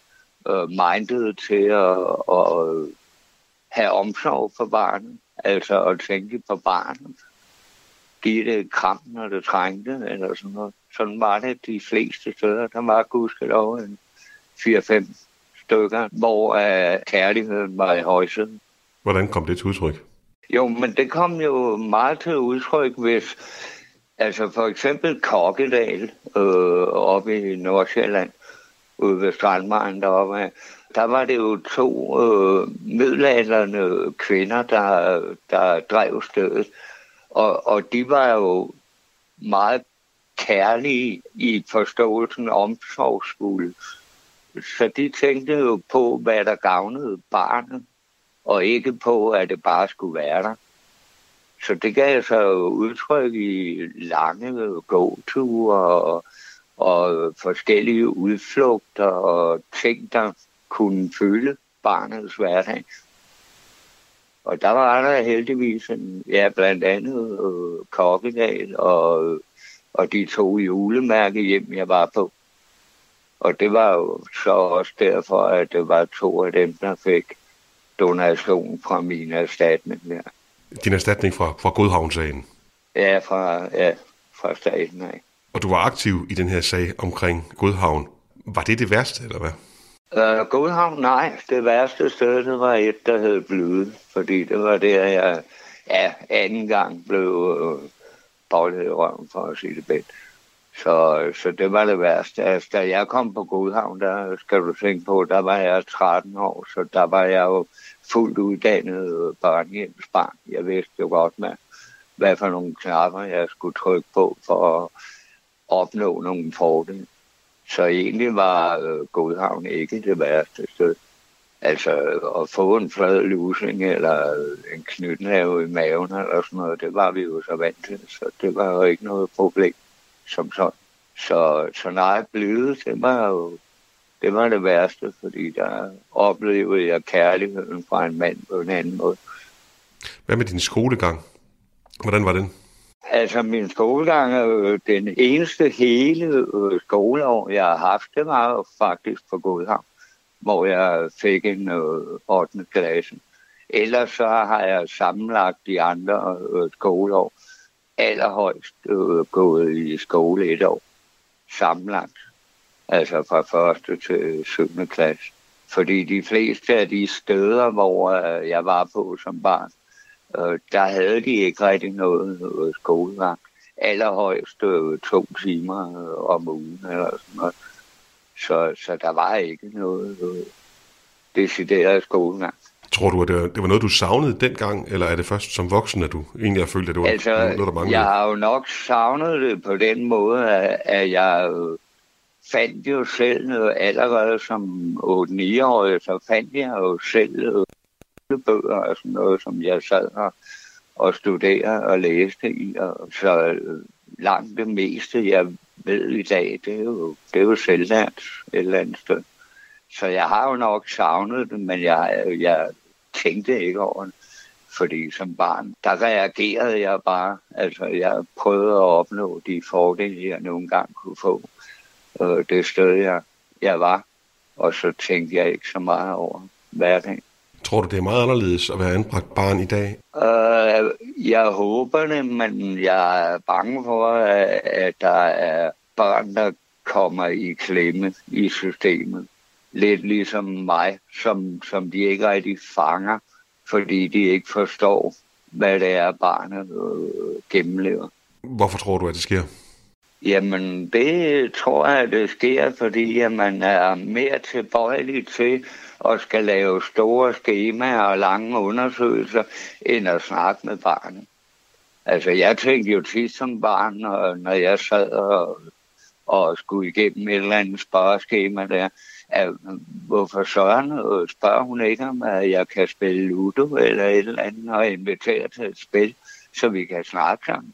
minded til at have omsorg for barnet. Altså at tænke på barnet. Give det et kram, når det trængte, eller sådan noget. Sådan var det de fleste steder. Der var gudskelov 4-5 stykker, hvor kærligheden var i højsiden. Hvordan kom det til udtryk? Jo, men det kom jo meget til udtryk, hvis altså for eksempel Kokkedal oppe i Nordsjælland, ude ved Strandvejen deroppe, der var det jo 2 middelaldrende kvinder, der drev stedet. Og de var jo meget kærlige i forståelsen omsorgsfulde. Så de tænkte jo på, hvad der gavnede barnet, og ikke på, at det bare skulle være der. Så det gav sig jo udtryk i lange gåture og forskellige udflugter og ting, der kunne fylde barnets hverdag. Og der var der heldigvis blandt andet Kokkedal og de 2 julemærke hjem, jeg var på. Og det var jo så også derfor, at det var 2 af dem, der fik donation fra min erstatning der. Din erstatning fra Godhavn-sagen? Ja, fra staten af. Og du var aktiv i den her sag omkring Godhavn. Var det værste, eller hvad? Godhavn, nej. Det værste sted, det var et, der hed Blyde. Fordi det var der, jeg anden gang blev bollet i røven, for at sige det bedst. Så det var det værste. Altså, da jeg kom på Godhavn, der skal du tænke på, der var jeg 13 år, så der var jeg jo fuldt uddannet børnehjemsbarn. Jeg vidste jo godt, hvad for nogle knapper jeg skulle trykke på for at opnå nogle fordele. Så egentlig var Godhavn ikke det værste sted. Altså at få en flad lusing eller en knytnæve i maven eller sådan noget, det var vi jo så vant til. Så det var jo ikke noget problem som sådan. Så nej, Blyde, det var det værste, fordi der oplevede jeg kærligheden fra en mand på en anden måde. Hvad med din skolegang? Hvordan var den? Altså, min skolegang er jo den eneste hele skoleår, jeg har haft. Det var jo faktisk på Godhavn, hvor jeg fik en 8. klasse. Ellers så har jeg sammenlagt de andre skoleår allerhøjst gået i skole 1 år. Sammenlagt. Altså fra 1. til 7. klasse. Fordi de fleste af de steder, hvor jeg var på som barn, der havde de ikke rigtig noget skolegang. Allerhøjst 2 timer om ugen eller sådan noget. Så der var ikke noget decideret skolegang. Tror du, at det var noget, du savnede dengang, eller er det først som voksen, at du egentlig har følt, at det var noget, der manglede? Jeg har jo nok savnet det på den måde, at jeg fandt jo selv allerede som 8-9-årig, så fandt jeg jo selv bøger og sådan noget, som jeg sad og studerede og læste i. Og så langt det meste, jeg ved i dag, det er jo selvlært et eller andet sted. Så jeg har jo nok savnet det, men jeg tænkte ikke over det. Fordi som barn, der reagerede jeg bare. Altså, jeg prøvede at opnå de fordele, jeg nogle gange kunne få. Det sted, jeg var. Og så tænkte jeg ikke så meget over hverdagen. Tror du, det er meget anderledes at være anbragt barn i dag? Jeg håber det, men jeg er bange for, at der er børn, der kommer i klemme i systemet. Lidt ligesom mig, som de ikke rigtig fanger, fordi de ikke forstår, hvad det er, barnet gennemlever. Hvorfor tror du, at det sker? Jamen, det tror jeg, at det sker, fordi man er mere tilbøjelig til at skal lave store skemaer og lange undersøgelser, end at snakke med barnet. Altså, jeg tænkte jo tit som barn, når jeg sad og skulle igennem et eller andet spørgeskema der, at hvorfor søren spørger hun ikke om, at jeg kan spille Ludo eller et eller andet, og invitere til et spil, så vi kan snakke sammen.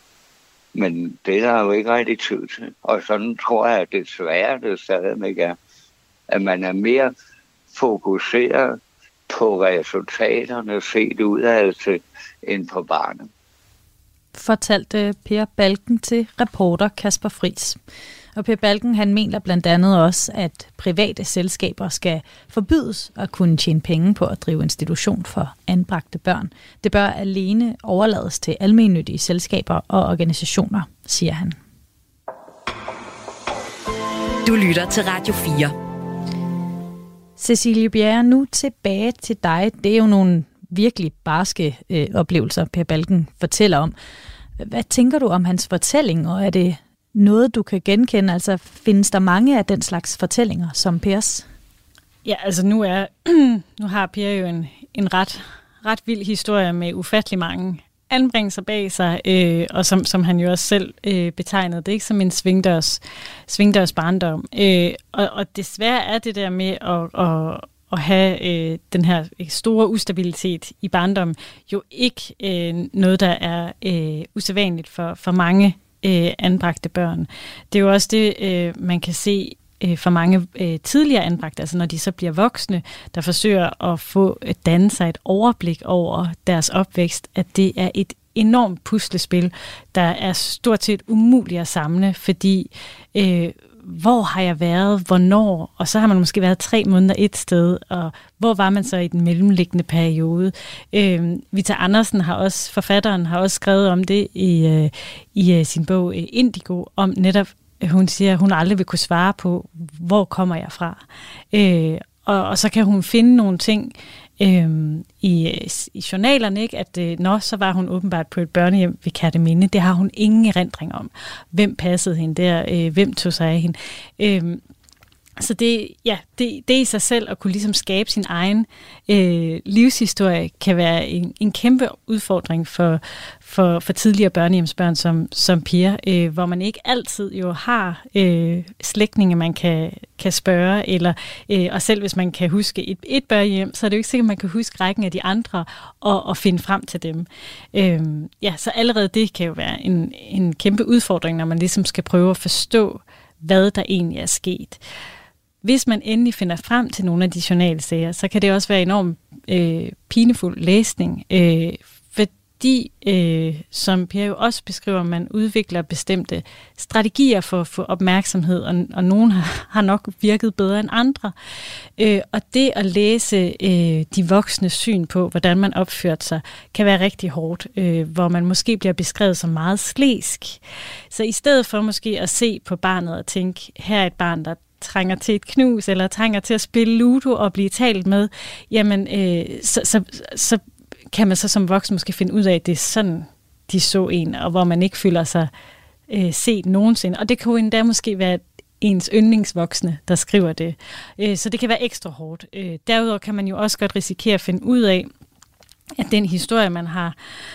Men det er der jo ikke rigtig tid til. Og sådan tror jeg, at det stadigvæk er, at man er mere fokuseret på resultaterne set udad til, end på barnet. Fortalte Per Balken til reporter Kasper Friis. Og Per Balken, han mener blandt andet også, at private selskaber skal forbydes at kunne tjene penge på at drive institution for anbragte børn. Det bør alene overlades til almennyttige selskaber og organisationer, siger han. Du lytter til Radio 4. Cecilie Bjerre, nu tilbage til dig. Det er jo nogle virkelig barske oplevelser, Per Balken fortæller om. Hvad tænker du om hans fortælling, og er det noget, du kan genkende? Altså, findes der mange af den slags fortællinger som Pers? Ja, altså nu har Per jo en ret vild historie med ufattelig mange anbringelser bag sig, og som han jo også selv betegnede det, ikke som en svingdørs barndom. Og desværre er det der med at have den her store ustabilitet i barndommen jo ikke noget, der er usædvanligt for mange anbragte børn. Det er jo også det, man kan se for mange tidligere anbragte, altså når de så bliver voksne, der forsøger at få danne sig et overblik over deres opvækst, at det er et enormt puslespil, der er stort set umuligt at samle, fordi hvor har jeg været, hvornår, og så har man måske været 3 måneder et sted, og hvor var man så i den mellemliggende periode. Vita Andersen forfatteren har også skrevet om det i sin bog Indigo, om netop, hun siger, at hun aldrig vil kunne svare på, hvor kommer jeg fra. Og så kan hun finde nogle ting i journalerne, ikke? At så var hun åbenbart på et børnehjem ved Kerteminde. Det har hun ingen erindring om. Hvem passede hende der? Hvem tog sig af hende? Så det i sig selv at kunne ligesom skabe sin egen livshistorie kan være en kæmpe udfordring for tidligere børnehjemsbørn som Per, hvor man ikke altid jo har slægtninge, man kan spørge, eller og selv hvis man kan huske et børnehjem, så er det jo ikke sikkert, at man kan huske rækken af de andre og finde frem til dem. Så allerede det kan jo være en kæmpe udfordring, når man ligesom skal prøve at forstå, hvad der egentlig er sket. Hvis man endelig finder frem til nogle af de journalsager, så kan det også være enormt pinefuld læsning, fordi, som Per jo også beskriver, man udvikler bestemte strategier for at få opmærksomhed, og nogle har nok virket bedre end andre. Og det at læse de voksnes syn på, hvordan man opførte sig, kan være rigtig hårdt, hvor man måske bliver beskrevet som meget slesk. Så i stedet for måske at se på barnet og tænke, her er et barn, der trænger til et knus, eller trænger til at spille ludo og blive talt med, jamen, så kan man så som voksen måske finde ud af, at det er sådan, de så en, og hvor man ikke føler sig set nogensinde. Og det kan jo endda måske være ens yndlingsvoksne, der skriver det. Så det kan være ekstra hårdt. Derudover kan man jo også godt risikere at finde ud af, at den historie, man har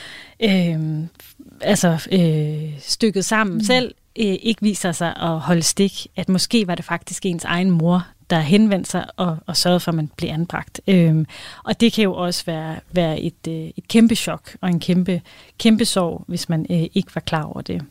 stykket sammen selv, ikke viser sig at holde stik, at måske var det faktisk ens egen mor, der henvendte sig og sørgede for, at man blev anbragt. Og det kan jo også være et kæmpe chok og en kæmpe sorg, hvis man ikke var klar over det.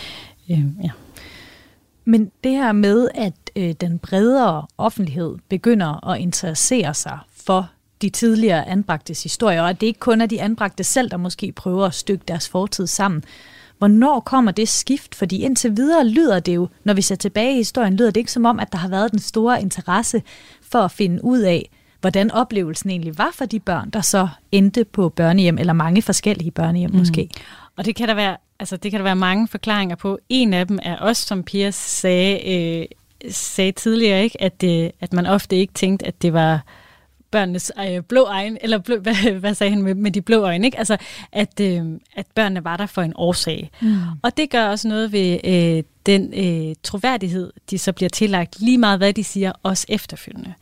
Men det her med, at den bredere offentlighed begynder at interessere sig for de tidligere anbragtes historier, og at det ikke kun er de anbragte selv, der måske prøver at stykke deres fortid sammen. Hvornår kommer det skift? Fordi indtil videre lyder det jo, når vi ser tilbage i historien, lyder det ikke som om, at der har været den store interesse for at finde ud af, hvordan oplevelsen egentlig var for de børn, der så endte på børnehjem, eller mange forskellige børnehjem måske. Og det kan der være mange forklaringer på. En af dem er også, som Pia sagde tidligere, ikke, at man ofte ikke tænkte, at det var børnenes blå øjne, eller hvad sagde han med de blå øjne, ikke? Altså, at børnene var der for en årsag. Og det gør også noget ved den troværdighed, de så bliver tillagt, lige meget hvad de siger, også efterfølgende.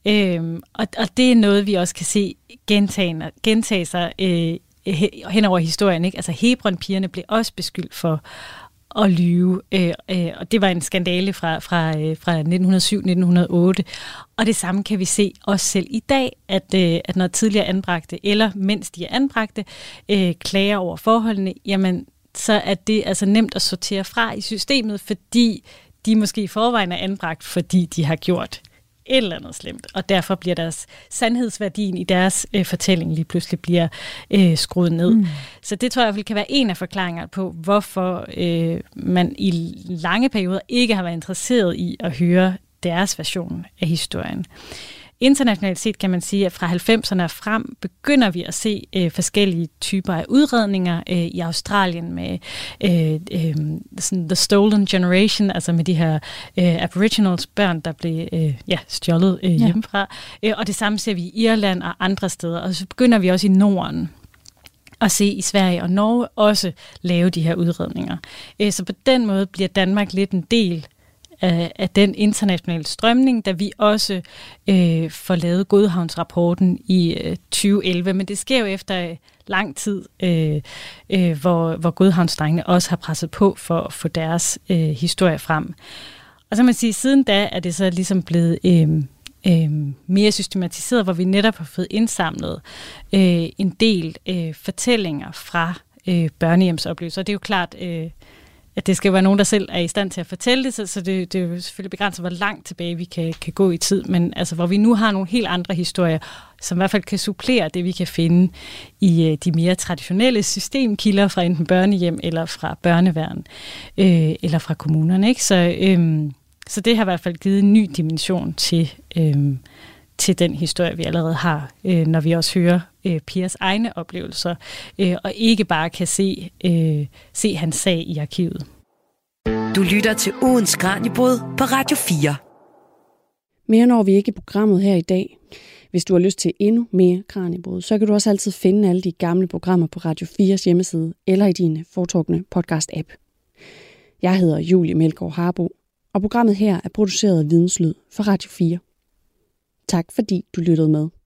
Og det er noget, vi også kan se gentage sig hen over historien, ikke? Altså, Hebron-pigerne blev også beskyldt for at lyve, og det var en skandale fra 1907-1908. Og det samme kan vi se også selv i dag, at når tidligere anbragte, eller mens de er anbragte, klager over forholdene, jamen så er det altså nemt at sortere fra i systemet, fordi de måske i forvejen er anbragt, fordi de har gjort et eller andet slemt, og derfor bliver deres sandhedsværdien i deres fortælling lige pludselig bliver skruet ned. Så det tror jeg kan være en af forklaringerne på, hvorfor man i lange perioder ikke har været interesseret i at høre deres version af historien. Internationalt set kan man sige, at fra 90'erne og frem begynder vi at se forskellige typer af udredninger i Australien med sådan The Stolen Generation, altså med de her Aboriginals børn, der blev stjålet hjemmefra. Og det samme ser vi i Irland og andre steder. Og så begynder vi også i Norden at se i Sverige og Norge også lave de her udredninger. Så på den måde bliver Danmark lidt en del af den internationale strømning, da vi også får lavet Godhavnsrapporten i 2011. Men det sker jo efter lang tid, hvor Godhavnsdrengene også har presset på for at få deres historie frem. Og så man sige, siden da er det så ligesom blevet mere systematiseret, hvor vi netop har fået indsamlet en del fortællinger fra børnehjemsoplevelser. Det er jo klart, at det skal være nogen, der selv er i stand til at fortælle det, så det er jo selvfølgelig begrænset, hvor langt tilbage vi kan gå i tid, men altså, hvor vi nu har nogle helt andre historier, som i hvert fald kan supplere det, vi kan finde i de mere traditionelle systemkilder fra enten børnehjem eller fra børneværn eller fra kommunerne. Ikke? Så det har i hvert fald givet en ny dimension til den historie, vi allerede har, når vi også hører Pias egne oplevelser, og ikke bare kan se hans sag i arkivet. Du lytter til ugens Kraniebrud på Radio 4. Mere når vi ikke i programmet her i dag. Hvis du har lyst til endnu mere Kraniebrud, så kan du også altid finde alle de gamle programmer på Radio 4's hjemmeside eller i din foretrukne podcast-app. Jeg hedder Julie Melgaard Harbo, og programmet her er produceret af Videnslyd for Radio 4. Tak fordi du lyttede med.